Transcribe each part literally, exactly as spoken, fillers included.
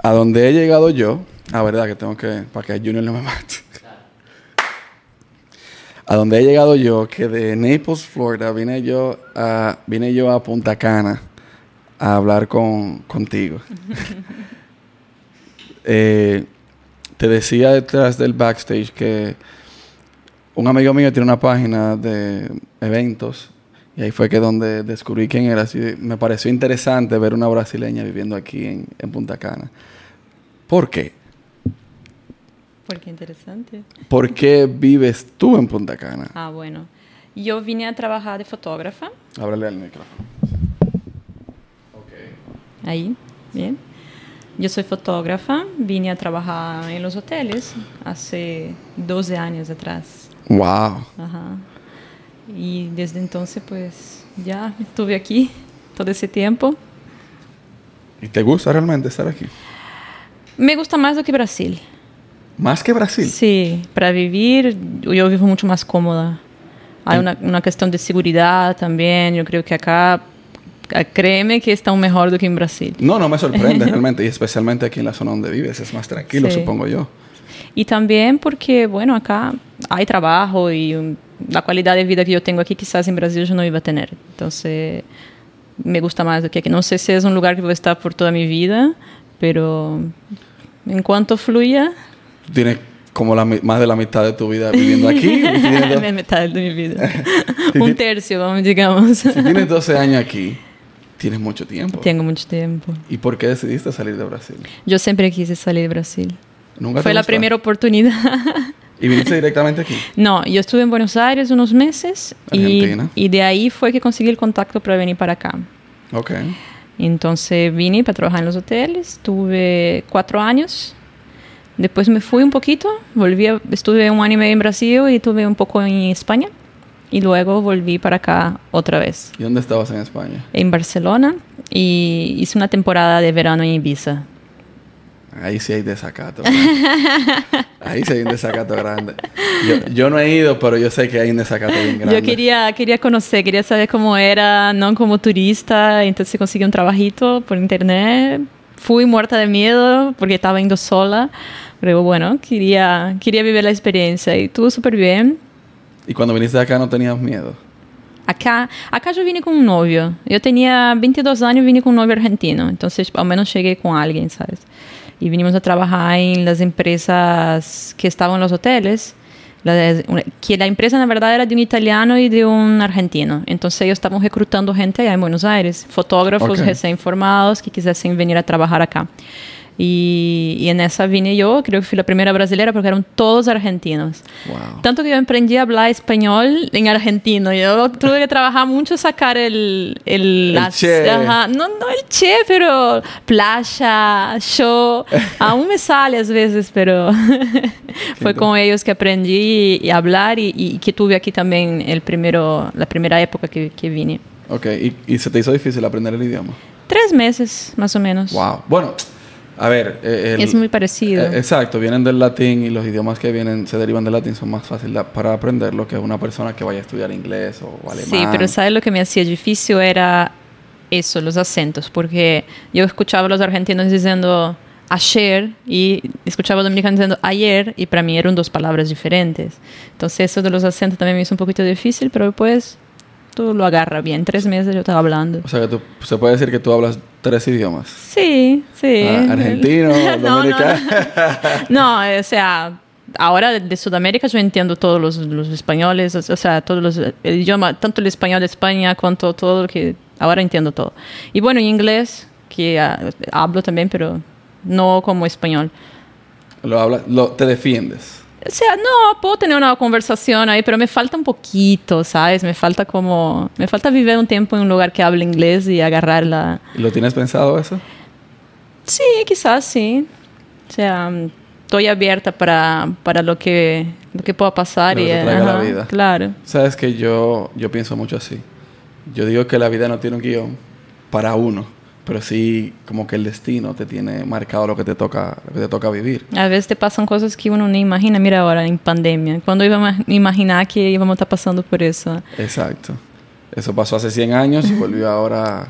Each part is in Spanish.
A donde he llegado yo, la verdad que tengo que, para que Junior no me mate. A donde he llegado yo, que de Naples, Florida, vine yo a, vine yo a Punta Cana a hablar con, contigo. eh, te decía detrás del backstage que un amigo mío tiene una página de eventos y ahí fue que donde descubrí quién era. Así, me pareció interesante ver una brasileña viviendo aquí en, en Punta Cana. ¿Por qué? Porque interesante. ¿Por qué vives tú en Punta Cana? Ah, bueno. Yo vine a trabajar de fotógrafa. Háblale al micrófono. Okay. Ahí, bien. Yo soy fotógrafa. Vine a trabajar en los hoteles hace doce años atrás. Wow. Ajá. Y desde entonces, pues, ya estuve aquí todo ese tiempo. ¿Y te gusta realmente estar aquí? Me gusta más do que Brasil. ¿Más que Brasil? Sí, para vivir yo vivo mucho más cómoda. Hay una, una cuestión de seguridad también. Yo creo que acá, créeme que está mejor do que en Brasil. No, no me sorprende realmente. Y especialmente aquí en la zona donde vives. Es más tranquilo, sí. Supongo yo. Y también porque, bueno, acá hay trabajo y um, la calidad de vida que yo tengo aquí quizás en Brasil yo no iba a tener. Entonces, me gusta más do que aquí. No sé si es un lugar que voy a estar por toda mi vida, pero en cuanto fluya... Tienes como la, más de la mitad de tu vida viviendo aquí. Viviendo... La mitad de mi vida. Un tercio, vamos, digamos. Si tienes doce años aquí, tienes mucho tiempo. Tengo mucho tiempo. ¿Y por qué decidiste salir de Brasil? Yo siempre quise salir de Brasil. ¿Nunca Fue la primera oportunidad. ¿Y viniste directamente aquí? No, yo estuve en Buenos Aires unos meses. Argentina. Y, y de ahí fue que conseguí el contacto para venir para acá. Ok. Entonces vine para trabajar en los hoteles. Tuve cuatro años. Después me fui un poquito, volví a, estuve un año y medio en Brasil y estuve un poco en España. Y luego volví para acá otra vez. ¿Y dónde estabas en España? En Barcelona. Y hice una temporada de verano en Ibiza. Ahí sí hay desacato. Ahí sí hay un desacato grande. Yo, yo no he ido, pero yo sé que hay un desacato bien grande. Yo quería, quería conocer, quería saber cómo era, no como turista. Entonces conseguí un trabajito por internet. Fui muerta de miedo porque estaba yendo sola. Pero bueno, quería, quería vivir la experiencia y estuvo súper bien. ¿Y cuando viniste acá no tenías miedo? Acá, acá yo vine con un novio. Yo tenía veintidós años y vine con un novio argentino. Entonces, al menos llegué con alguien, ¿sabes? Y vinimos a trabajar en las empresas que estaban en los hoteles. La, que la empresa, en verdad, era de un italiano y de un argentino. Entonces, ellos estaban reclutando gente allá en Buenos Aires. Fotógrafos okay. recién formados que quisiesen venir a trabajar acá. Y, y en esa vine yo, creo que fui la primera brasileña porque eran todos argentinos. Wow. Tanto que yo aprendí a hablar español en argentino. Yo tuve que trabajar mucho sacar el... El, el las, che. Ajá, no, no el che, pero playa, show. Aún me sale a veces, pero fue con ellos que aprendí a hablar y, y que tuve aquí también el primero, la primera época que, que vine. Ok, ¿Y, ¿y se te hizo difícil aprender el idioma? Tres meses, más o menos. Wow. Bueno... A ver... El, es muy parecido. Eh, exacto. Vienen del latín y los idiomas que vienen se derivan del latín son más fáciles para aprenderlo que una persona que vaya a estudiar inglés o alemán. Sí, pero ¿sabes lo que me hacía difícil? Era eso, los acentos. Porque yo escuchaba a los argentinos diciendo ayer y escuchaba a los dominicanos diciendo ayer y para mí eran dos palabras diferentes. Entonces eso de los acentos también me hizo un poquito difícil, pero después tú lo agarras bien. Tres meses yo estaba hablando. O sea, que tú, se puede decir que tú hablas tres idiomas. Sí, sí. Ah, argentino, dominicano. No, no. no, o sea, ahora de Sudamérica yo entiendo todos los, los españoles, o sea, todos los, el idioma, tanto el español de España cuanto todo lo que... Ahora entiendo todo. Y bueno, en inglés, que uh, hablo también, pero no como español. Lo hablas, lo, te defiendes. O sea, no, puedo tener una conversación ahí, pero me falta un poquito, ¿sabes? Me falta como... Me falta vivir un tiempo en un lugar que hable inglés y agarrarla. ¿Y lo tienes pensado eso? Sí, quizás sí. O sea, estoy abierta para, para lo que, lo que pueda pasar. Lo y que te traiga ajá, la vida. Claro. Sabes que yo, yo pienso mucho así. Yo digo que la vida no tiene un guión para uno, pero sí como que el destino te tiene marcado lo que te toca, lo que te toca vivir. A veces te pasan cosas que uno no imagina. Mira ahora, en pandemia. ¿Cuándo íbamos a imaginar que íbamos a estar pasando por eso? Exacto. Eso pasó hace cien años y volvió ahora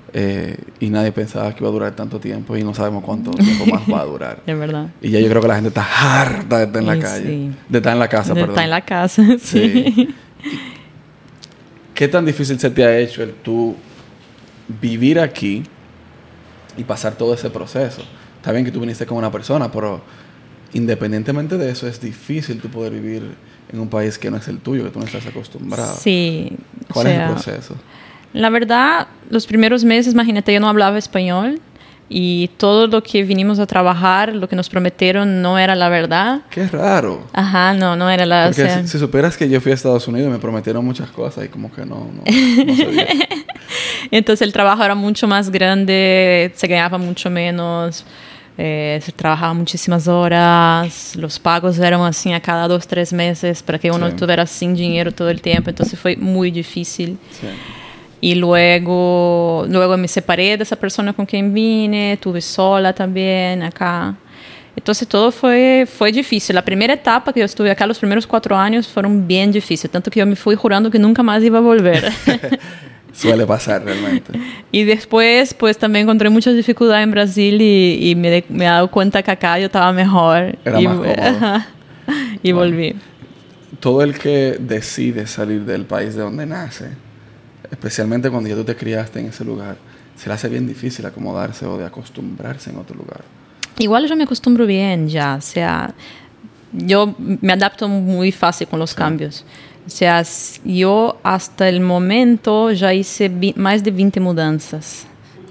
Eh, y nadie pensaba que iba a durar tanto tiempo y no sabemos cuánto tiempo más va a durar. Es verdad. Y ya yo creo que la gente está harta de estar en la Y calle. sí. De estar en la casa, de perdón. estar en la casa, sí. Sí. ¿Qué tan difícil se te ha hecho el tú vivir aquí y pasar todo ese proceso? Está bien que tú viniste con una persona, pero independientemente de eso, es difícil tú poder vivir en un país que no es el tuyo, que tú no estás acostumbrado. Sí. ¿Cuál o es sea, el proceso? La verdad, los primeros meses, imagínate, yo no hablaba español y todo lo que vinimos a trabajar, lo que nos prometieron no era la verdad. Qué raro. Ajá, no, no era la... Porque o sea, si, si supieras que yo fui a Estados Unidos y me prometieron muchas cosas y como que no, no, no se dio. Entonces el trabajo era mucho más grande, se ganaba mucho menos, eh, se trabajaba muchísimas horas, los pagos eran así a cada dos, tres meses para que uno Sí. estuviera sin dinero todo el tiempo, entonces fue muy difícil. Sí. Y luego, luego me separé de esa persona con quien vine, tuve sola también acá. Entonces todo fue, fue difícil. La primera etapa que yo estuve acá, los primeros cuatro años, fueron bien difíciles. Tanto que yo me fui jurando que nunca más iba a volver. Suele pasar realmente. Y después, pues también encontré muchas dificultades en Brasil y, y me, de, me he dado cuenta que acá yo estaba mejor. Era y, más cómodo. Ajá, y Bueno. volví. Todo el que decide salir del país de donde nace, especialmente cuando ya tú te criaste en ese lugar, se le hace bien difícil acomodarse o de acostumbrarse en otro lugar. Igual yo me acostumbro bien ya, o sea, yo me adapto muy fácil con los Sí. cambios. O sea, s- yo hasta el momento ya hice vi- más de veinte mudanzas.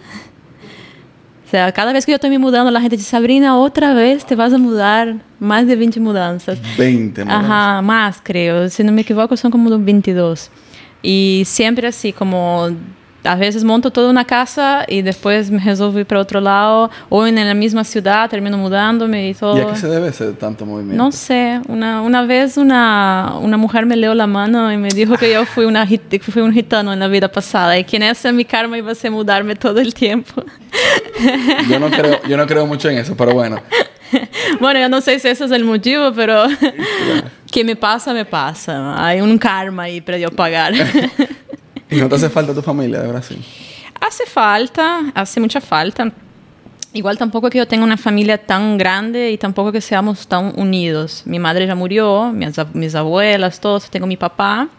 O sea, cada vez que yo estoy me mudando, la gente dice, Sabrina, otra vez te vas a mudar, más de veinte mudanzas. veinte, ¿no? Ajá, más creo, si no me equivoco son como veintidós. Y siempre así, como a veces monto toda una casa y después me resolvo ir para otro lado, o en la misma ciudad termino mudándome y todo. ¿Y a qué se debe ese tanto movimiento? No sé, una, una vez una, una mujer me leo la mano y me dijo que yo fui, una, git- que fui un gitano en la vida pasada y que en ese mi karma iba a ser mudarme todo el tiempo. Yo no creo, yo no creo mucho en eso, pero bueno. Bueno, yo no sé si ese es el motivo, pero que me pasa, me pasa. Hay un karma ahí para yo pagar. ¿Y no te hace falta tu familia de Brasil? Hace falta, hace mucha falta. Igual tampoco que yo tenga una familia tan grande y tampoco que seamos tan unidos. Mi madre ya murió, mis, ab- mis abuelas, todos. Tengo mi papá.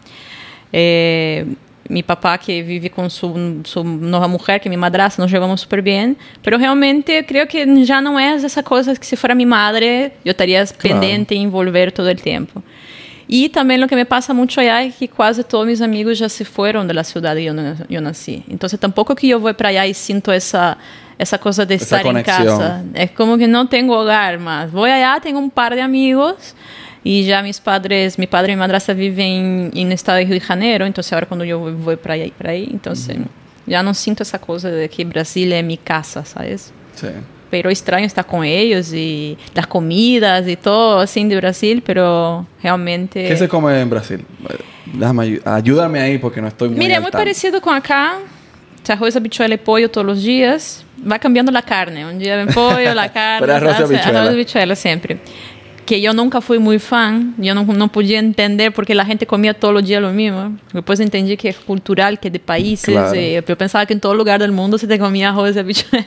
Eh, mi papá que vive con su, su nueva mujer, que es mi madrastra, nos llevamos súper bien. Pero realmente creo que ya no es esa cosa que si fuera mi madre, yo estaría pendiente en volver todo el tiempo. Y también lo que me pasa mucho allá es que casi todos mis amigos ya se fueron de la ciudad donde yo, na- yo nací. Entonces tampoco que yo voy para allá y siento esa, esa cosa de Esa estar en conexión. casa. Es como que no tengo hogar más. Voy allá, tengo un par de amigos y ya mis padres, mi padre y mi madrastra viven en el estado de Río de Janeiro. Entonces ahora cuando yo voy, voy para allá y para ahí, entonces ya no siento esa cosa de que Brasil es mi casa, ¿sabes? Sí. Pero extraño estar con ellos y las comidas y todo así de Brasil, pero realmente... ¿Qué se come en Brasil? Déjame, ayu- ayúdame ahí porque no estoy muy Mira, al muy tanto. parecido con acá. O sea, arroz, habichuela y pollo todos los días. Va cambiando la carne. Un día ven pollo, la carne. Pero arroz y ¿sabes? habichuela. Arroz y habichuela siempre. Que yo nunca fui muy fan. Yo no, no podía entender porque la gente comía todos los días lo mismo. Después entendí que es cultural, que es de países. Claro. Y yo pensaba que en todo lugar del mundo se te comía arroz y habichuela.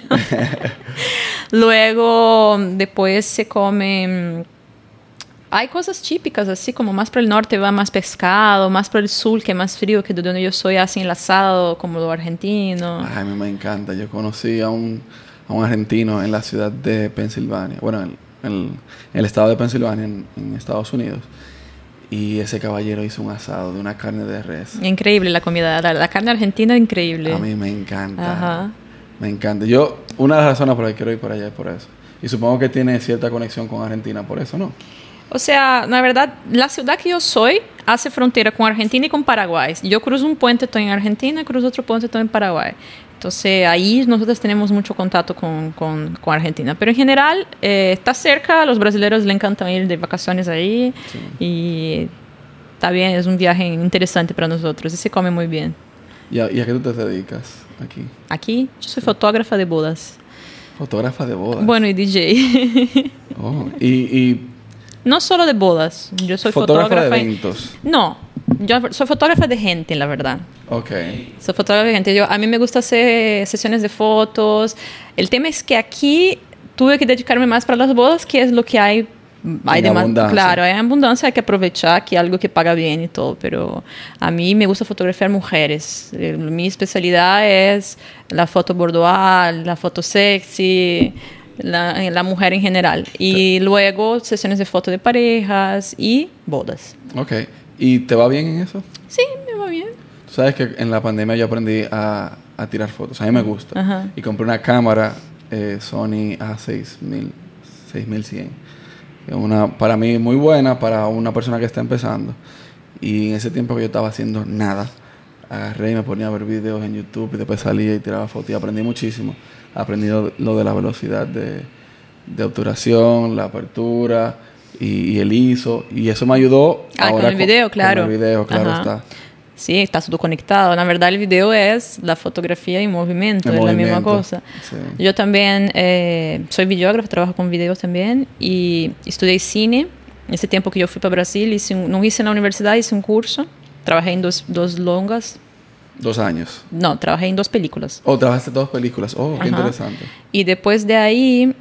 Luego, después se come... Hay cosas típicas, así como más para el norte va más pescado, más para el sur, que es más frío, que de donde yo soy, hacen el asado, como lo argentino. Ay, a mí me encanta. Yo conocí a un, a un argentino en la ciudad de Pensilvania. Bueno, en, en- en el estado de Pensilvania, en, en Estados Unidos. Y ese caballero hizo un asado de una carne de res. Increíble la comida, la, la carne argentina es increíble. A mí me encanta. Ajá. Me encanta. Yo, una de las razones por las que quiero ir por allá es por eso. Y supongo que tiene cierta conexión con Argentina por eso, ¿no? O sea, na verdad, la ciudad que yo soy hace frontera con Argentina y con Paraguay. Yo cruzo un puente, estoy en Argentina, cruzo otro puente, estoy en Paraguay. Entonces, ahí nosotros tenemos mucho contacto con, con, con Argentina. Pero en general, eh, está cerca, a los brasileños les encantan ir de vacaciones ahí. Sí. Y está bien, es un viaje interesante para nosotros y se come muy bien. ¿Y a, y a qué tú te dedicas aquí? Aquí, yo soy fotógrafa de bodas. Fotógrafa de bodas. Bueno, y D J. Oh, y, y No solo de bodas, yo soy fotógrafa fotógrafa. de y- eventos. No, yo soy fotógrafa de gente, la verdad. Ok. Soy fotógrafa de gente. Yo, a mí me gusta hacer sesiones de fotos. El tema es que aquí tuve que dedicarme más para las bodas, que es lo que hay. Hay en demás, abundancia. claro, hay abundancia, hay que aprovechar, que es algo que paga bien y todo, pero a mí me gusta fotografiar mujeres. Eh, Mi especialidad es la foto boudoir, la foto sexy, la, la mujer en general. Y luego sesiones de foto de parejas y bodas. Ok. ¿Y te va bien en eso? Sí, me va bien. Tú sabes que en la pandemia yo aprendí a, a tirar fotos. A mí me gusta. Ajá. Y compré una cámara eh, Sony A seis mil, seis mil cien. Una, para mí muy buena para una persona que está empezando. Y en ese tiempo que yo estaba haciendo nada, agarré y me ponía a ver videos en YouTube y después salía y tiraba fotos y aprendí muchísimo. Aprendí lo, lo de la velocidad de, de obturación, la apertura y, y el I S O, y eso me ayudó. Ah, ahora con el video, claro. Con el video, claro. Ajá. Está. Sí, está todo conectado. Na verdade, el video es la fotografía en movimiento, En es movimiento, la misma cosa. sí. Yo también eh, soy videógrafo, trabajo con videos también y estudié cine. Ese tiempo que yo fui para Brasil, hice un, no hice en la universidad, hice un curso. Trabajé en dos, dos longas. Dos años. No, trabajé en dos películas. Oh, trabajaste dos películas. Oh, qué Ajá. interesante. Y después de ahí,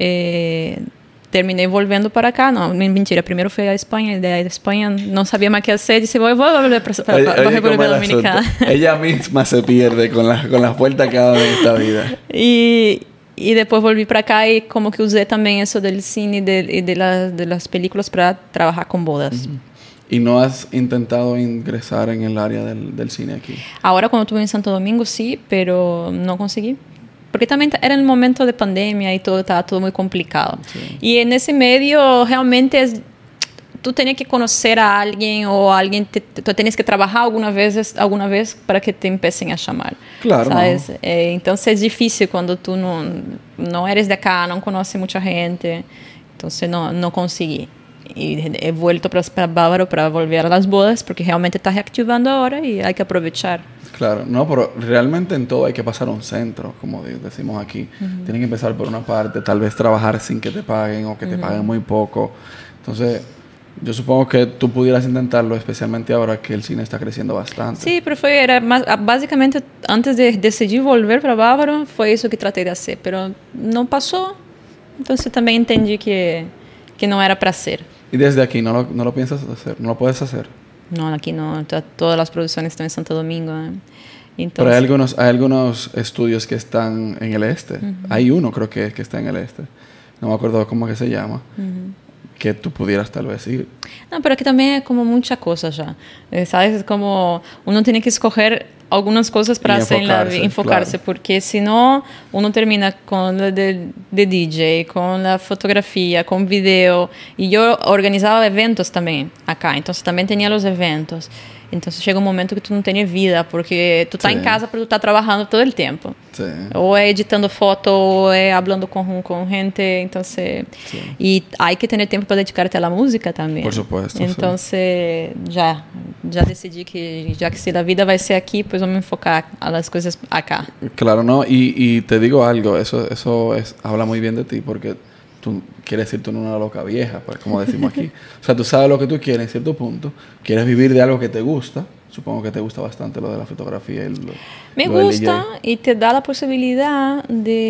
eh, terminé volviendo para acá. No, mentira, primero fui a España y de España no sabía más qué hacer. Dice, voy, voy a volver para, para, para Oye, República ¿cómo el Dominicana. asunto? Ella misma se pierde con las con las vueltas que ha dado en esta vida. Y, y después volví para acá y como que usé también eso del cine y de, y de, la, de las películas para trabajar con bodas. Uh-huh. ¿Y no has intentado ingresar en el área del, del cine aquí? Ahora cuando estuve en Santo Domingo sí, pero no conseguí. Porque también era el momento de pandemia y todo estaba todo muy complicado. Sí. Y en ese medio realmente es, tú tenías que conocer a alguien o alguien te, te, tú tienes que trabajar alguna vez, alguna vez para que te empiecen a llamar. Claro. ¿Sabes? Eh, entonces es difícil cuando tú no, no eres de acá, no conoces mucha gente. Entonces no, no conseguí. Y he vuelto para Bávaro para volver a las bodas porque realmente está reactivando ahora y hay que aprovechar. Claro, no, pero realmente en todo hay que pasar a un centro, como decimos aquí. Uh-huh. Tienen que empezar por una parte, tal vez trabajar sin que te paguen o que te uh-huh. paguen muy poco. Entonces, yo supongo que tú pudieras intentarlo, especialmente ahora que el cine está creciendo bastante. Sí, pero fue, era más, básicamente, antes de decidir volver para Bávaro, fue eso que traté de hacer, pero no pasó. Entonces también entendí que, que no era para hacer. ¿Y desde aquí no lo, no lo piensas hacer? ¿No lo puedes hacer? No, aquí no. Todas las producciones están en Santo Domingo. ¿eh? Entonces, pero hay algunos, hay algunos estudios que están en el este. Uh-huh. Hay uno, creo que, que está en el este. No me acuerdo cómo que se llama. Uh-huh. Que tú pudieras tal vez ir. No, pero aquí también es como mucha cosa ya. Eh, ¿Sabes? Es como uno tiene que escoger algunas cosas para hacer en la vida, enfocarse, claro. Porque si no, uno termina con la de, de D J, con la fotografía, con video. Y yo organizaba eventos también acá, entonces también tenía los eventos. Entonces llega un momento que tú no tienes vida, porque tú estás sí. en casa, pero tú estás trabajando todo el tiempo. Sí. O é editando foto, o é hablando con, con gente. Entonces, sí. Y hay que tener tiempo para dedicarte a la música también. Por supuesto. Entonces, sí. ya, ya decidí que, ya que si la vida va a ser aquí, pues vamos a enfocar a las cosas acá. Claro, ¿no? Y, y te digo algo, eso, eso es, habla muy bien de ti, porque tú quieres ir tú en una loca vieja, pues, como decimos aquí. O sea, tú sabes lo que tú quieres en cierto punto. Quieres vivir de algo que te gusta. Supongo que te gusta bastante lo de la fotografía y lo, Me lo gusta y te da la posibilidad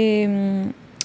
de,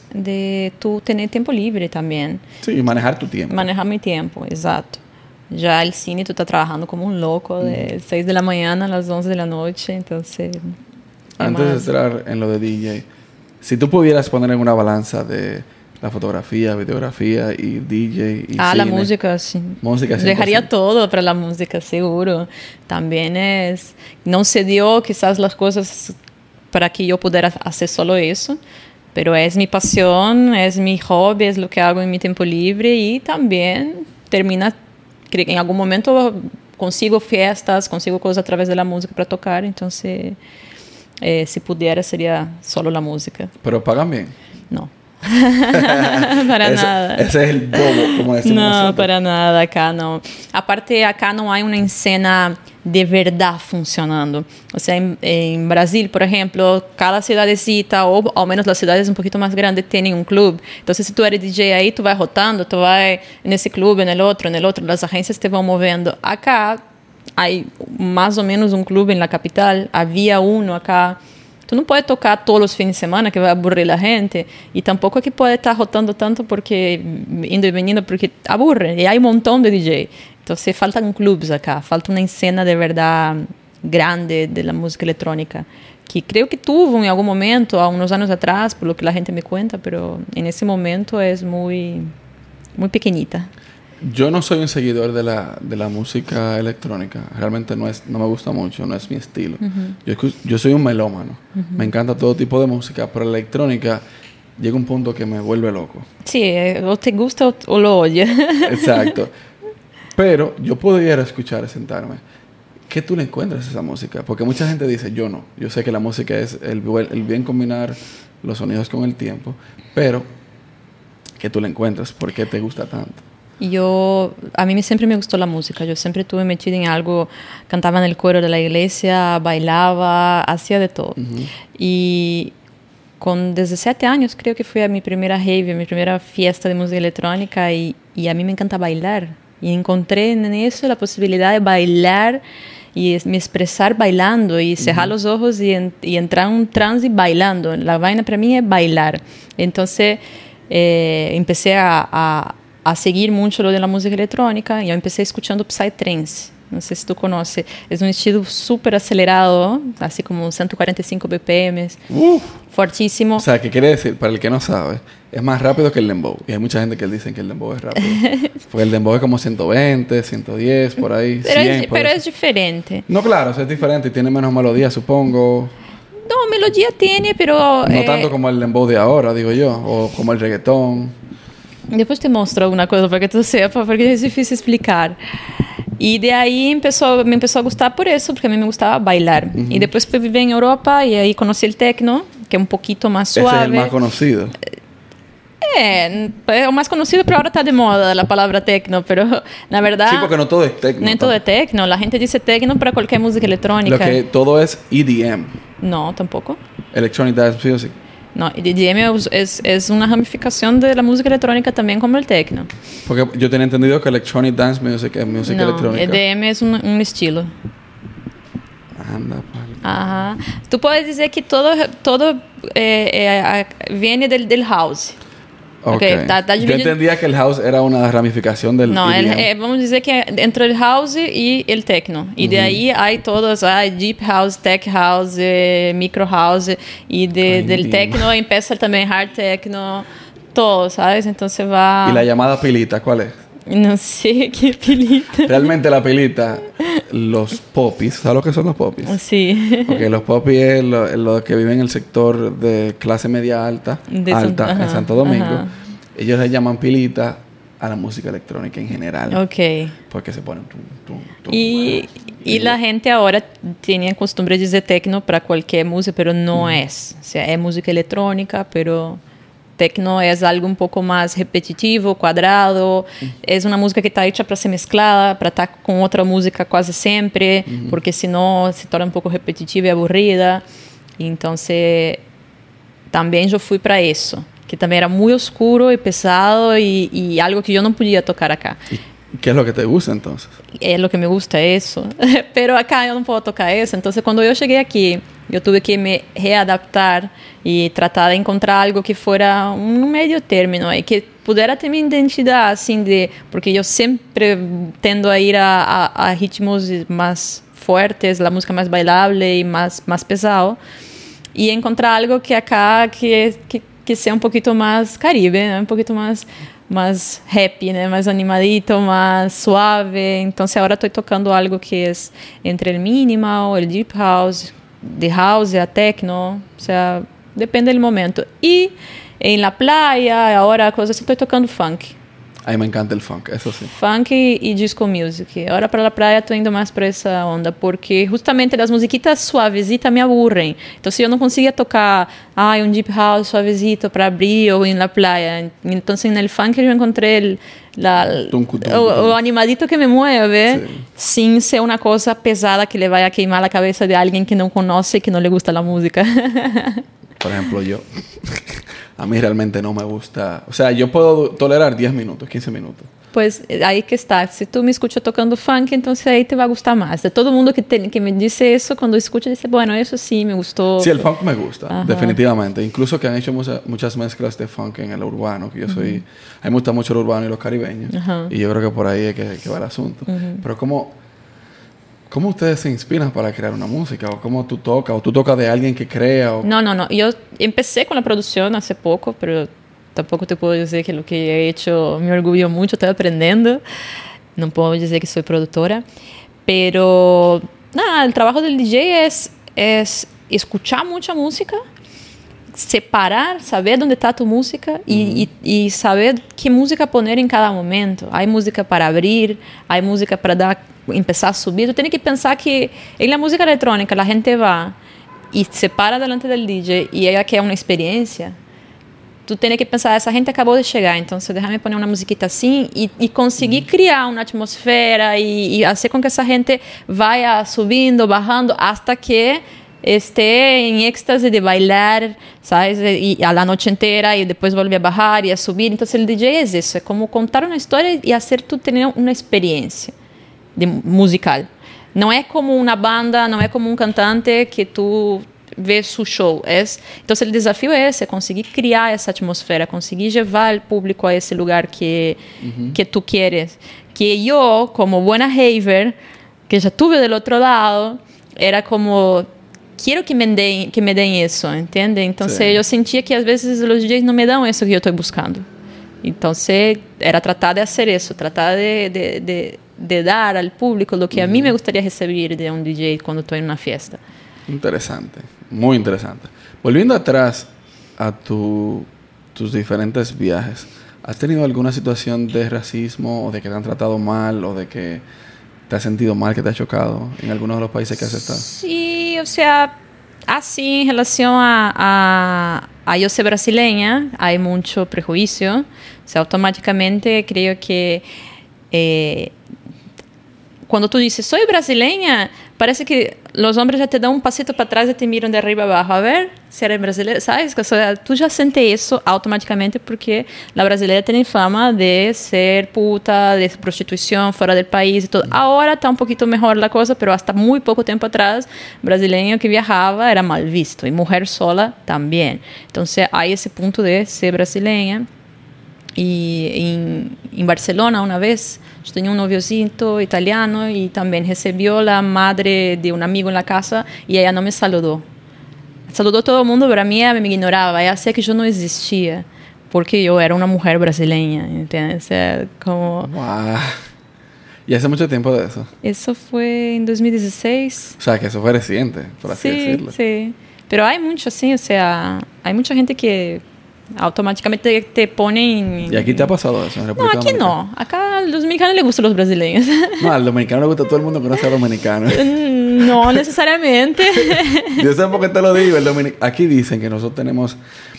de tú tener tiempo libre también. Sí, manejar tu tiempo. Manejar mi tiempo, exacto. Ya el cine tú estás trabajando como un loco de mm. seis de la mañana a las once de la noche, entonces... Antes más. de entrar en lo de D J, si tú pudieras poner en una balanza de... la fotografía, videografía y D J y ah, cine. La música, sí. Música, cien por ciento. Dejaría todo para la música, seguro. También es... No se dio quizás las cosas para que yo pudiera hacer solo eso, pero es mi pasión, es mi hobby, es lo que hago en mi tiempo libre y también termina... En algún momento consigo fiestas, consigo cosas a través de la música para tocar, entonces eh, si pudiera sería solo la música. ¿Pero pagan bien? No. Para ese, nada. Ese es el bobo, como decimos No, nosotros. para nada, acá no. Aparte, acá no hay una escena de verdad funcionando. O sea, en, en Brasil, por ejemplo, cada ciudadecita, o al menos las ciudades un poquito más grandes, tienen un club. Entonces, si tú eres D J ahí, tú vas rotando, tú vas en ese club, en el otro, en el otro. Las agencias te van moviendo. Acá hay más o menos un club en la capital, había uno acá. Tú no puedes tocar todos los fines de semana que va a aburrir la gente, y tampoco es que puede estar rotando tanto porque indo y veniendo porque aburre, y hay un montón de D J. Entonces faltan clubs acá, falta una escena de verdad grande de la música electrónica, que creo que tuvo en algún momento, a unos años atrás, por lo que la gente me cuenta, pero en ese momento es muy, muy pequeñita. Yo no soy un seguidor de la, de la música electrónica. Realmente no, es, no me gusta mucho, no es mi estilo. Uh-huh. Yo, yo soy un melómano. Uh-huh. Me encanta todo tipo de música, pero la electrónica llega a un punto que me vuelve loco. Sí, o te gusta o, o lo odias. Exacto. Pero yo podría escuchar, sentarme. ¿Qué tú le encuentras a esa música? Porque mucha gente dice, yo no. Yo sé que la música es el, el bien combinar los sonidos con el tiempo, pero ¿qué tú le encuentras? ¿Por qué te gusta tanto? Yo, a mí siempre me gustó la música. Yo siempre estuve metida en algo, cantaba en el coro de la iglesia, bailaba, hacía de todo. Uh-huh. Y con diecisiete años creo que fui a mi primera rave, mi primera fiesta de música electrónica, y, y a mí me encanta bailar. Y encontré en eso la posibilidad de bailar y me expresar bailando y cerrar uh-huh. los ojos y, en, y entrar en un trance bailando. La vaina para mí es bailar. Entonces eh, empecé a, a a seguir mucho lo de la música electrónica, y yo empecé escuchando Psytrance. No sé si tú conoces. Es un estilo súper acelerado, así como ciento cuarenta y cinco B P M. Uh, fortísimo. O sea, ¿qué quiere decir? Para el que no sabe, es más rápido que el dembow. Y hay mucha gente que dice que el dembow es rápido. Porque el dembow es como ciento veinte, ciento diez, por ahí. Pero, cien, es, pero es diferente. No, claro, es diferente y tiene menos melodía, supongo. No, melodía tiene, pero... No eh, tanto como el dembow de ahora, digo yo. O como el reggaetón. Depois te mostro alguma coisa para que tu sepa, porque é difícil explicar. E de aí empezou, me começou a gostar por isso, porque a mim me gostava bailar. Uh-huh. E depois fui viver em Europa e aí conheci o techno, que é um pouquinho mais suave. Esse é o mais conhecido. É, é o mais conhecido, pero ahora está de moda a palavra techno, pero na verdade... Sí, porque no todo es techno. Nem todo é techno. La gente dice techno para qualquer música electrónica. Lo que todo es E D M. No, tampoco. Electronic Dance Music. No, E D M es, es una ramificación de la música electrónica también como el techno. Porque yo tenía entendido que Electronic Dance Music es música no, electrónica. E D M es un, un estilo. Anda, pal. Ajá. Tú puedes decir que todo, todo eh, eh, viene del, del house. Okay. Okay. Tá, tá yo entendía que el house era una ramificación del No, E D M. El, eh, vamos dizer que entre el house y el techno. Y uh-huh. de ahí hay todos, hay deep house, tech house, eh, micro house. Y de, del techno empieza también hard techno, todo, ¿sabes? Entonces va... ¿Y la llamada pilita cuál es? No sé qué pilita. Realmente la pilita, los popis, ¿sabes lo que son los popis? Sí. Porque los popis es lo, lo que viven en el sector de clase media alta, de alta San, en ajá, Santo Domingo. Ajá. Ellos le llaman pilita a la música electrónica en general. Ok. Porque se ponen... Tum, tum, tum, y, y, y la gente ahora tiene costumbre de decir techno para cualquier música, pero no mm. es. O sea, es música electrónica, pero... Techno é algo um pouco mais repetitivo, quadrado. Uhum. É uma música que está hecha para ser mesclada, para estar com outra música quase sempre, uhum. porque senão se torna um pouco repetitiva e aburrida. Então, se... também eu fui para isso, que também era muito oscuro e pesado e, e algo que eu não podia tocar acá. ¿Y qué es lo que te gusta entonces? É lo que me gusta eso. Pero acá eu não posso tocar isso. Então, quando eu cheguei aqui, eu tive que me readaptar e tratar de encontrar algo que fuera um meio término e que pudesse ter minha identidade, assim, de... Porque eu sempre tendo a ir a, a, a ritmos mais fortes, a música mais bailável e mais, mais pesado. E encontrar algo que acá, que, que, que seja um pouquinho mais caribe, né? Um pouquinho mais... mais happy, né? Mais animadito, mais suave. Então, agora estou tocando algo que é entre o minimal, o deep house, de house a techno, o sea, depende do momento. E em la playa, agora coisa assim, estou tocando funk. A mí me encanta el funk, eso sí. Funk y disco music. Ahora para la playa estoy yendo más por esa onda, porque justamente las musiquitas suavecitas me aburren. Entonces yo no conseguía tocar ah, un deep house suavecito para abrir o en la playa. Entonces en el funk yo encontré el, la, tuncu, tuncu, o, o animadito que me mueve, sí. Sin ser una cosa pesada que le vaya a queimar la cabeza de alguien que no conoce y que no le gusta la música. Por ejemplo, yo... A mí realmente no me gusta... O sea, yo puedo tolerar diez minutos, quince minutos. Pues ahí que está. Si tú me escuchas tocando funk, entonces ahí te va a gustar más. De todo el mundo que, te, que me dice eso, cuando escucha, dice, bueno, eso sí me gustó. Sí, el funk me gusta, Ajá. definitivamente. Incluso que han hecho mucha, muchas mezclas de funk en el urbano, que yo soy... Uh-huh. A mí me gusta mucho el urbano y los caribeños. Uh-huh. Y yo creo que por ahí es que, que va el asunto. Uh-huh. Pero ¿cómo, ¿cómo ustedes se inspiran para crear una música? ¿O cómo tú tocas? ¿O tú tocas de alguien que crea? O... No, no, no. Yo empecé con la producción hace poco, pero tampoco te puedo decir que lo que he hecho me orgullo mucho. Estoy aprendiendo. No puedo decir que soy productora. Pero, nada, el trabajo del D J es, es escuchar mucha música, separar, saber dónde está tu música y, uh-huh. y, y saber qué música poner en cada momento. Hay música para abrir, hay música para dar, empezar a subir. Tú tienes que pensar que en la música electrónica la gente va y se para delante del D J y ella quer una experiencia. Tú tienes que pensar, essa gente acabou de chegar, então déjame poner uma musiquita assim e, e conseguir uhum. criar uma atmosfera e, e fazer com que essa gente vá subindo, bajando, hasta que esté em êxtase de bailar, ¿sabes? E, a la noche entera e depois volver a bajar e a subir. Então, o D J é isso, é como contar uma história e fazer tu ter uma experiência de, musical. Não é como uma banda, não é como um cantante que tu ver su show. Es, entonces el desafío es ese, conseguir crear esa atmósfera, conseguir llevar al público a ese lugar que, uh-huh. que tú quieres. Que yo, como buena haver, que ya tuve del otro lado, era como, quiero que me den, que me den eso, ¿entiendes? Entonces sí. yo sentía que a veces los D Js no me dan eso que yo estoy buscando. Entonces era tratar de hacer eso, tratar de, de, de, de dar al público lo que uh-huh. a mí me gustaría recibir de un D J cuando estoy en una fiesta. Interesante, muy interesante. Volviendo atrás a tu, tus diferentes viajes, ¿has tenido alguna situación de racismo o de que te han tratado mal o de que te has sentido mal, que te ha chocado en algunos de los países que has estado? Sí, o sea, así en relación a, a, a yo ser brasileña, hay mucho prejuicio. O sea, automáticamente creo que eh, cuando tú dices, soy brasileña, parece que los hombres ya te dan un pasito para atrás y te miran de arriba abajo. A ver, si eres brasileña, ¿sabes? O sea, tú ya sientes eso automáticamente porque la brasileña tiene fama de ser puta, de prostitución fuera del país y todo. Ahora está un poquito mejor la cosa, pero hasta muy poco tiempo atrás, brasileño que viajaba era mal visto y mujer sola también. Entonces hay ese punto de ser brasileña. Y en, en Barcelona una vez yo tenía un noviocito italiano y también recibió la madre de un amigo en la casa y ella no me saludó. Saludó a todo el mundo, pero a mí ella me ignoraba. Ella hacía que yo no existía porque yo era una mujer brasileña, ¿entiendes? O sea, como... Wow. ¿Y hace mucho tiempo de eso? Eso fue en dos mil dieciséis. O sea, que eso fue reciente, por así sí, decirlo. Sí, pero hay mucho, sí, o sea, hay mucha gente que automáticamente te ponen... ¿Y aquí te ha pasado eso en República No, aquí Dominicana? no. Acá a los dominicanos les gustan los brasileños. No, al dominicano le gusta, todo el mundo conoce a dominicano. No necesariamente. Yo sé por qué te lo digo. El dominic... Aquí dicen que nosotros tenemos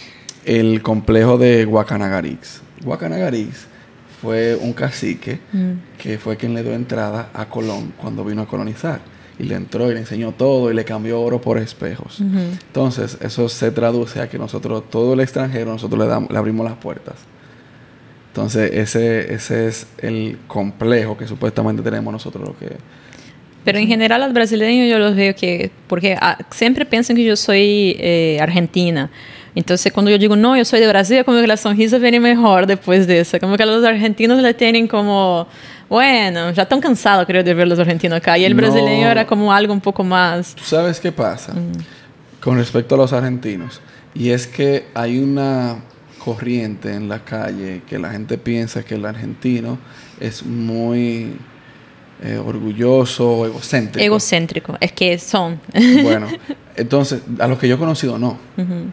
el complejo de Guacanagarix. Guacanagarix fue un cacique mm. que fue quien le dio entrada a Colón cuando vino a colonizar. Y le entró y le enseñó todo y le cambió oro por espejos. Uh-huh. Entonces, eso se traduce a que nosotros, todo el extranjero, nosotros le, damos, le abrimos las puertas. Entonces, ese, ese es el complejo que supuestamente tenemos nosotros. Lo que Pero en general, los brasileños yo los veo que... Porque ah, siempre piensan que yo soy eh, argentina. Entonces, cuando yo digo, no, yo soy de Brasil, como que la sonrisa viene mejor después de eso. Como que los argentinos le tienen como... Bueno, ya están cansados, creo, de ver los argentinos acá. Y el no. brasileño era como algo un poco más... ¿Tú sabes qué pasa mm. con respecto a los argentinos? Y es que hay una corriente en la calle que la gente piensa que el argentino es muy eh, orgulloso o egocéntrico. Egocéntrico, es que son. Bueno, entonces, a los que yo he conocido, no. Uh-huh.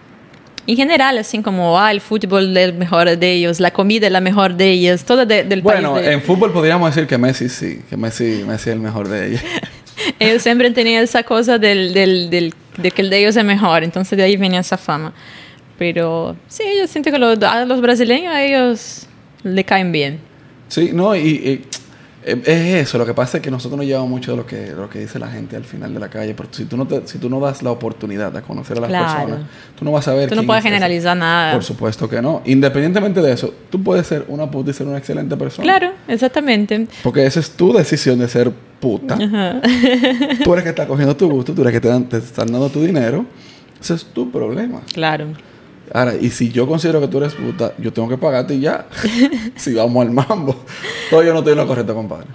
En general, así como ah, el fútbol es el mejor de ellos, la comida es la mejor de ellos, todo de, del bueno, país. Bueno, en fútbol podríamos decir que Messi sí, que Messi, Messi es el mejor de ellos. Ellos siempre tenían esa cosa del, del, del, de que el de ellos es mejor, entonces de ahí venía esa fama. Pero sí, yo siento que lo, a los brasileños a ellos le caen bien. Sí, no, y, y Es eso, lo que pasa es que nosotros nos llevamos mucho de lo que, de lo que dice la gente al final de la calle, pero si tú no, te, si tú no das la oportunidad de conocer a las claro. personas, tú no vas a ver. Tú no puedes generalizar nada. Por supuesto que no. Independientemente de eso, tú puedes ser una puta y ser una excelente persona. Claro, exactamente. Porque esa es tu decisión de ser puta. Uh-huh. Tú eres que estás cogiendo tu gusto, tú eres que te, dan, te están dando tu dinero. Ese es tu problema. Claro. Ahora, y si yo considero que tú eres puta, yo tengo que pagarte y ya. Si vamos al mambo. Todo yo no estoy en lo correcto, compadre.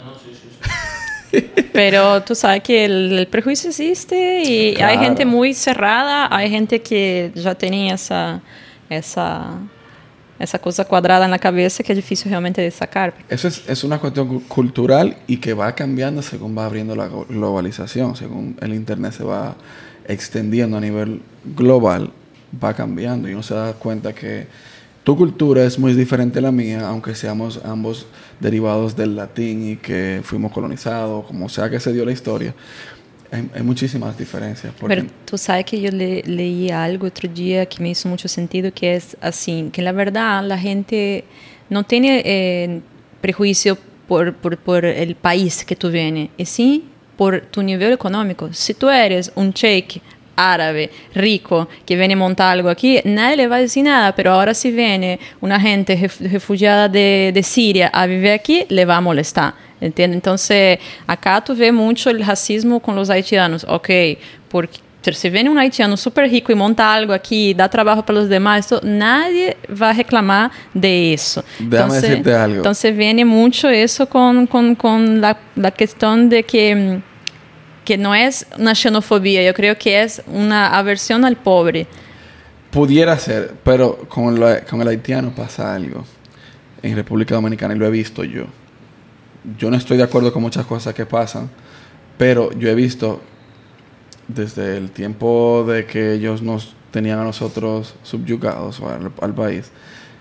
Pero tú sabes que el, el prejuicio existe y claro. Hay gente muy cerrada, hay gente que ya tenía esa, esa, esa cosa cuadrada en la cabeza que es difícil realmente de sacar. Eso es, es una cuestión cultural y que va cambiando según va abriendo la globalización, según el internet se va extendiendo a nivel global, va cambiando y uno se da cuenta que tu cultura es muy diferente a la mía, aunque seamos ambos derivados del latín y que fuimos colonizados, como sea que se dio la historia. Hay, hay muchísimas diferencias. Pero tú sabes que yo le, leí algo otro día que me hizo mucho sentido, que es así, que la verdad la gente no tiene eh, prejuicio por, por, por el país que tú vienes, y sí por tu nivel económico. Si tú eres un sheik árabe, rico, que viene a montar algo aquí, nadie le va a decir nada, pero ahora si viene una gente refugiada de, de Siria a vivir aquí, le va a molestar, ¿entiendes? Entonces, acá tú ves mucho el racismo con los haitianos, ok, porque si viene un haitiano súper rico y monta algo aquí, da trabajo para los demás, esto, nadie va a reclamar de eso. Déjame entonces, decirte algo. Entonces viene mucho eso con, con, con la, la cuestión de que que no es una xenofobia, yo creo que es una aversión al pobre. Pudiera ser, pero con, la, con el haitiano pasa algo en República Dominicana y lo he visto yo. Yo no estoy de acuerdo con muchas cosas que pasan, pero yo he visto desde el tiempo de que ellos nos tenían a nosotros subyugados al, al país,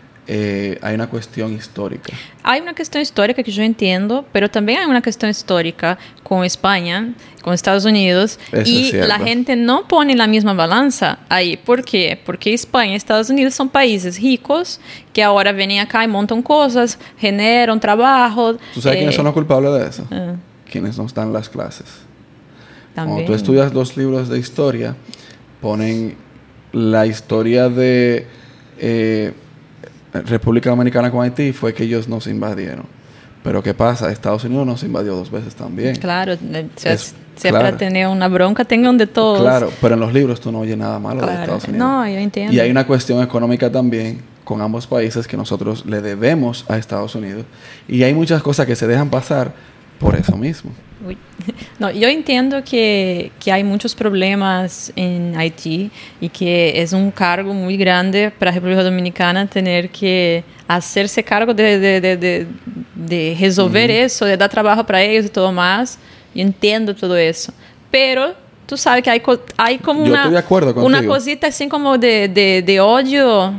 Eh, hay una cuestión histórica. Hay una cuestión histórica que yo entiendo, pero también hay una cuestión histórica con España, con Estados Unidos, eso y es la gente no pone la misma balanza ahí. ¿Por qué? Porque España y Estados Unidos son países ricos que ahora vienen acá y montan cosas, generan trabajo. ¿Tú sabes eh, quiénes son los culpables de eso? Uh, Quienes no están en las clases. También. Cuando tú estudias los libros de historia, ponen la historia de Eh, República Dominicana con Haití fue que ellos nos invadieron. Pero ¿qué pasa? Estados Unidos nos invadió dos veces también. Claro, es, siempre claro. Tener una bronca, tengan de todos. Claro, pero en los libros tú no oyes nada malo claro. de Estados Unidos. No, yo entiendo. Y hay una cuestión económica también con ambos países que nosotros le debemos a Estados Unidos. Y hay muchas cosas que se dejan pasar por eso mismo. Uy. No, yo entiendo que, que hay muchos problemas en Haití y que es un cargo muy grande para la República Dominicana tener que hacerse cargo de, de, de, de, de resolver uh-huh. eso, de dar trabajo para ellos y todo más. Yo entiendo todo eso. Pero tú sabes que hay, hay como yo una, estoy de acuerdo contigo. Una cosita así como de, de, de odio.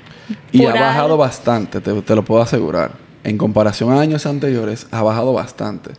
Y ha bajado ahí. bastante, te, te lo puedo asegurar. En comparación a años anteriores, ha bajado bastante.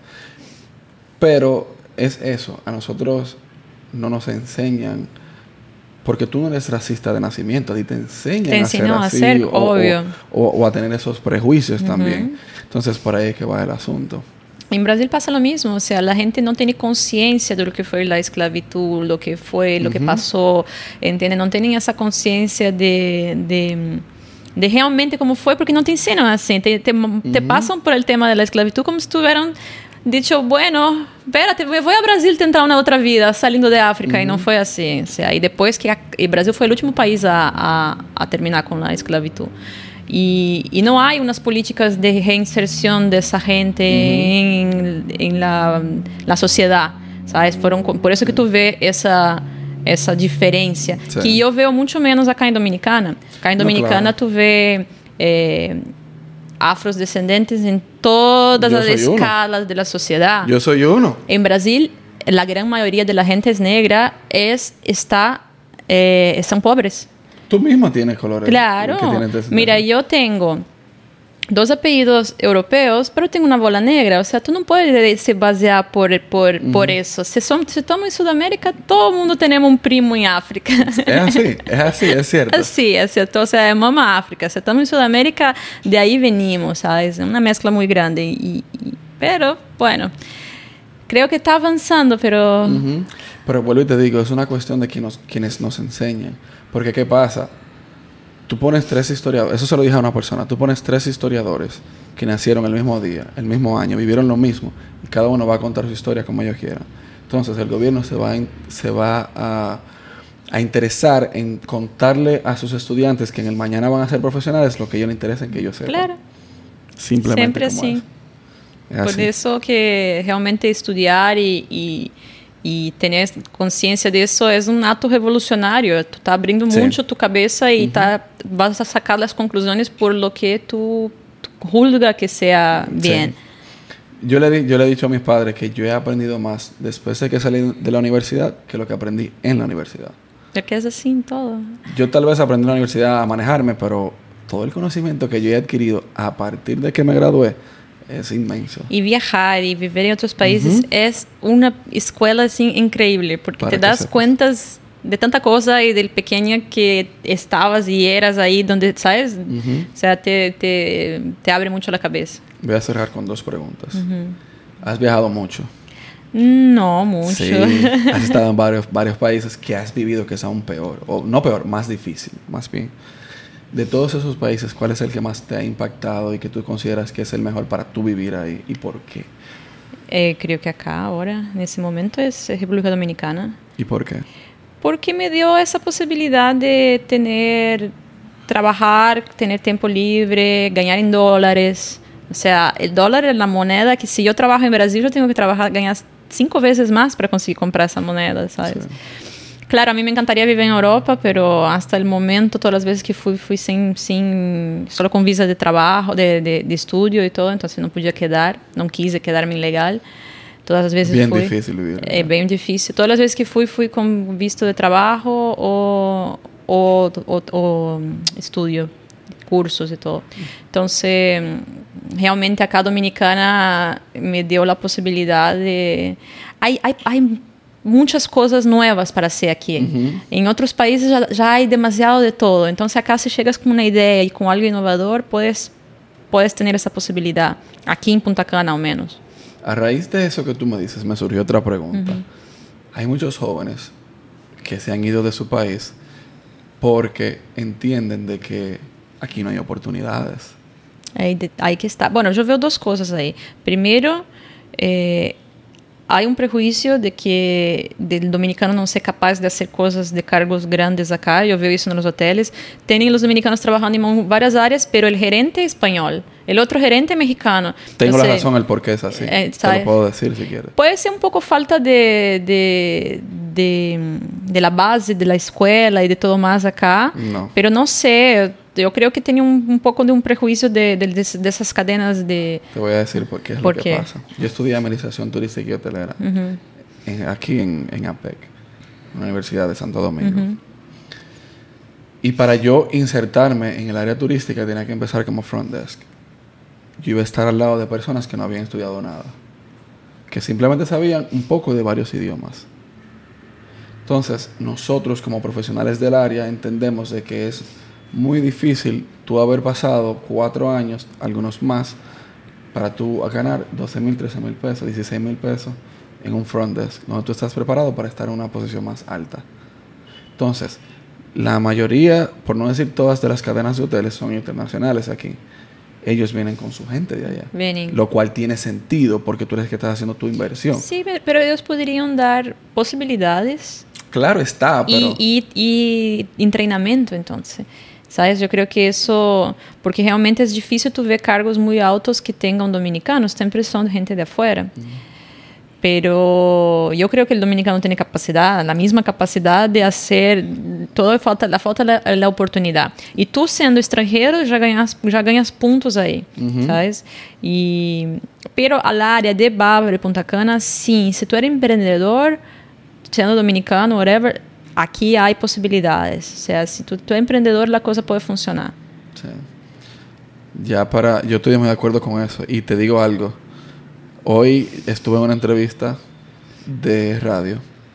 Pero es eso, a nosotros no nos enseñan, porque tú no eres racista de nacimiento, a ti te enseñan te a ser así, a ser, o, obvio. O, o, o a tener esos prejuicios uh-huh. también. Entonces, por ahí es que va el asunto. En Brasil pasa lo mismo, o sea, la gente no tiene conciencia de lo que fue la esclavitud, lo que fue, lo uh-huh. que pasó, ¿entiendes? No tienen esa conciencia de... de de realmente cómo fue, porque no te enseñan así, te, te, uh-huh. te pasan por el tema de la esclavitud como si estuvieran dicho, bueno, espérate, voy a Brasil tentar una otra vida saliendo de África, uh-huh. y no fue así, o sea, y después que a, y Brasil fue el último país a, a, a terminar con la esclavitud. Y, y no hay unas políticas de reinserción de esa gente uh-huh. en, en la, la sociedad, ¿sabes? Fueron, por eso que tú ves esa... essa diferença, sí. que eu vejo muito menos acá em Dominicana. Acá em Dominicana, no, claro. tu vê eh, afrodescendentes em todas as escalas da sociedade. Eu sou um. Em Brasil, a grande maioria da gente negra es, está, eh, são pobres. Tu misma tienes colores. Claro. Mira, eu tenho dos apellidos europeos, pero tengo una bola negra. O sea, tú no puedes se basear por, por, uh-huh. por eso. Si, son, si estamos en Sudamérica, todo el mundo tenemos un primo en África. Es así, es así, es cierto. Sí, es cierto. O sea, mamá África. Si estamos en Sudamérica, de ahí venimos, ¿sabes? Es una mezcla muy grande. Y, y, Pero, bueno, creo que está avanzando, pero... Uh-huh. Pero vuelvo y te digo, es una cuestión de quien nos, quienes nos enseñan. Porque, ¿qué pasa? Tú pones tres historiadores, eso se lo dije a una persona, tú pones tres historiadores que nacieron el mismo día, el mismo año, vivieron lo mismo, y cada uno va a contar su historia como ellos quieran. Entonces, el gobierno se va, in, se va a, a interesar en contarle a sus estudiantes que en el mañana van a ser profesionales lo que a ellos les interesa en que ellos sepan. Claro. Simplemente siempre como así. Eso. Es Por así. eso que realmente estudiar y, y, y tener conciencia de eso es un acto revolucionario. Tú estás abriendo sí. mucho tu cabeza y uh-huh. tá, vas a sacar las conclusiones por lo que tú, tú juzgas que sea bien. Sí. Yo le, yo le he dicho a mis padres que yo he aprendido más después de que salí de la universidad que lo que aprendí en la universidad. Porque es así en todo. Yo tal vez aprendí en la universidad a manejarme, pero todo el conocimiento que yo he adquirido a partir de que me gradué es inmenso. Y viajar y vivir en otros países uh-huh. es una escuela así increíble, porque Para te das cuentas de tanta cosa y del pequeña que estabas y eras ahí donde, ¿sabes? Uh-huh. O sea, te, te, te abre mucho la cabeza. Voy a cerrar con dos preguntas. Uh-huh. ¿Has viajado mucho? No, mucho. Sí, has estado en varios, varios países que has vivido que es aún peor, o no peor, más difícil, más bien. De todos esos países, ¿cuál es el que más te ha impactado y que tú consideras que es el mejor para tú vivir ahí y por qué? Eh, creo que acá ahora, en ese momento, es República Dominicana. ¿Y por qué? Porque me dio esa posibilidad de tener, trabajar, tener tiempo libre, ganar en dólares. O sea, el dólar es la moneda que si yo trabajo en Brasil, yo tengo que trabajar, ganar cinco veces más para conseguir comprar esa moneda, ¿sabes? Sí. Claro, a mí me encantaría vivir en Europa, pero hasta el momento, todas las veces que fui, fui sin, sin solo con visa de trabajo, de, de, de estudio y todo, entonces no podía quedar, no quise quedarme ilegal. Todas las veces bien fui. Bien difícil vivir. Es bien difícil. Todas las veces que fui, fui con visto de trabajo o, o, o, o estudio, cursos y todo. Entonces, realmente acá Dominicana me dio la posibilidad de... Hay, hay, hay muchas cosas nuevas para hacer aquí. Uh-huh. En otros países ya, ya hay demasiado de todo. Entonces acá si llegas con una idea y con algo innovador, puedes, puedes tener esa posibilidad. Aquí en Punta Cana, al menos. A raíz de eso que tú me dices, me surgió otra pregunta. Uh-huh. Hay muchos jóvenes que se han ido de su país porque entienden de que aquí no hay oportunidades. Hay, de, hay que estar... Bueno, yo veo dos cosas ahí. Primero, eh, hay un prejuicio de que el dominicano no sea capaz de hacer cosas de cargos grandes acá. Yo veo eso en los hoteles. Tienen los dominicanos trabajando en varias áreas, pero el gerente es español, el otro gerente es mexicano. Tengo Entonces, la razón, el por qué es así. Eh, Te lo puedo decir si quieres. Puede ser un poco falta de, de, de, de la base de la escuela y de todo más acá. No. Pero no sé... Yo creo que tenía un, un poco de un prejuicio de, de, de, de esas cadenas de... Te voy a decir por qué es ¿Por lo qué? que pasa. Yo estudié Administración Turística y Hotelera uh-huh. en, aquí en, en A P E C, en la Universidad de Santo Domingo. Uh-huh. Y para yo insertarme en el área turística tenía que empezar como front desk. Yo iba a estar al lado de personas que no habían estudiado nada, que simplemente sabían un poco de varios idiomas. Entonces, nosotros como profesionales del área entendemos de que es muy difícil tú haber pasado cuatro años, algunos más, para tú ganar doce mil, trece mil pesos, dieciséis mil pesos en un front desk, donde tú estás preparado para estar en una posición más alta. Entonces, la mayoría, por no decir todas de las cadenas de hoteles son internacionales aquí. Ellos vienen con su gente de allá. Vienen. Lo cual tiene sentido porque tú eres el que estás haciendo tu inversión. Sí, pero ellos podrían dar posibilidades. Claro está, pero... Y, y, y entrenamiento, entonces. ¿Sabes? Yo creo que eso... Porque realmente es difícil tú ver cargos muy altos que tengan dominicanos. Siempre son gente de afuera. Mm. Pero yo creo que el dominicano tiene capacidad, la misma capacidad de hacer... Todo falta, la falta la, la oportunidad. Y tú, siendo extranjero, ya ganas, ya ganas puntos ahí. Uh-huh. ¿Sabes? Y, pero al área de Bávaro y Punta Cana, sí. Si tú eres emprendedor, siendo dominicano, whatever... Aquí hay posibilidades. O sea, si tú, tú eres emprendedor, la cosa puede funcionar. Sí. Ya para... Yo estoy muy de acuerdo con eso. Y te digo algo. Hoy estuve en una entrevista de radio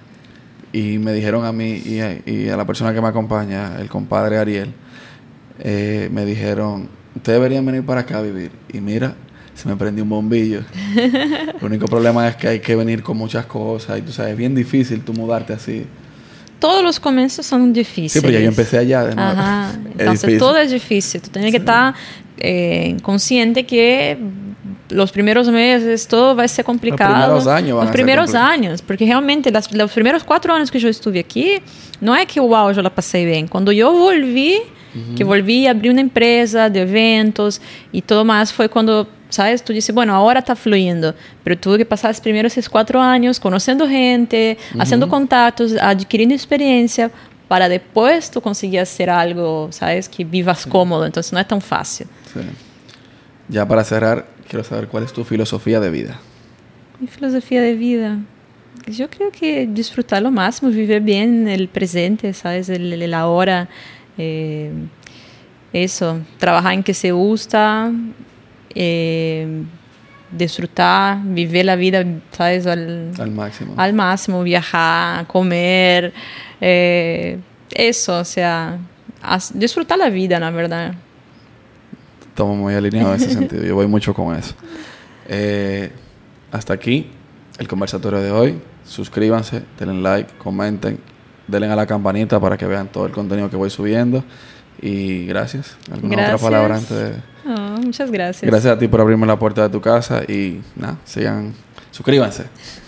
y me dijeron a mí y a, y a la persona que me acompaña, el compadre Ariel, eh, me dijeron, ustedes deberían venir para acá a vivir. Y mira, se me prendió un bombillo. El único problema es que hay que venir con muchas cosas y tú sabes, es bien difícil tú mudarte así. Todos los comienzos son difíciles. Sí, pero ya yo empecé allá de nuevo. Ajá. Es Entonces difícil. todo es difícil. Tú tienes que estar eh, consciente que los primeros meses todo va a ser complicado. Los primeros años van Los a ser primeros complicados. años. Porque realmente las, los primeros cuatro años que yo estuve aquí, no es que wow, yo la pasé bien. Cuando yo volví, uh-huh. que volví a abrir una empresa de eventos y todo más, fue cuando, ¿sabes? Tú dices, bueno, ahora está fluyendo. Pero tuve que pasar los primeros seis, cuatro años conociendo gente, uh-huh. haciendo contactos, adquiriendo experiencia, para después tú conseguir hacer algo, ¿sabes? Que vivas sí. cómodo. Entonces no es tan fácil. Sí. Ya para cerrar, quiero saber cuál es tu filosofía de vida. Mi filosofía de vida. Yo creo que disfrutar lo máximo, vivir bien el presente, ¿sabes? El, el ahora. Eh, eso, trabajar en que se gusta, eh, disfrutar, vivir la vida, ¿sabes? Al, al máximo. Al máximo, viajar, comer. Eh, eso, o sea, disfrutar la vida, la verdad. Estamos muy alineados en ese sentido. Yo voy mucho con eso. Eh, hasta aquí el conversatorio de hoy. Suscríbanse, denle like, comenten, denle a la campanita para que vean todo el contenido que voy subiendo. Y gracias. ¿Alguna gracias. otra palabra antes de...? Oh, muchas gracias. Gracias a ti por abrirme la puerta de tu casa y nada, sigan, suscríbanse.